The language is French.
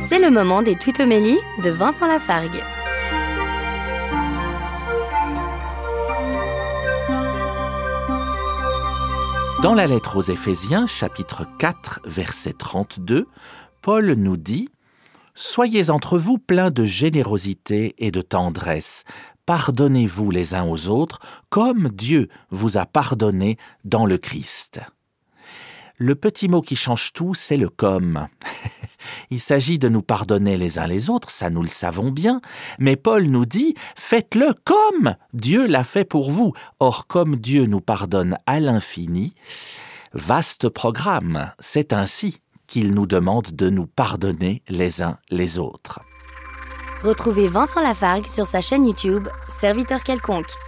C'est le moment des tutomélies de Vincent Lafargue. Dans la lettre aux Éphésiens, chapitre 4, verset 32, Paul nous dit « Soyez entre vous pleins de générosité et de tendresse. Pardonnez-vous les uns aux autres, comme Dieu vous a pardonné dans le Christ. » Le petit mot qui change tout, c'est le « comme ». Il s'agit de nous pardonner les uns les autres, ça nous le savons bien, mais Paul nous dit « Faites-le comme Dieu l'a fait pour vous ». Or, comme Dieu nous pardonne à l'infini, vaste programme, c'est ainsi qu'il nous demande de nous pardonner les uns les autres. Retrouvez Vincent Lafargue sur sa chaîne YouTube, Serviteur quelconque.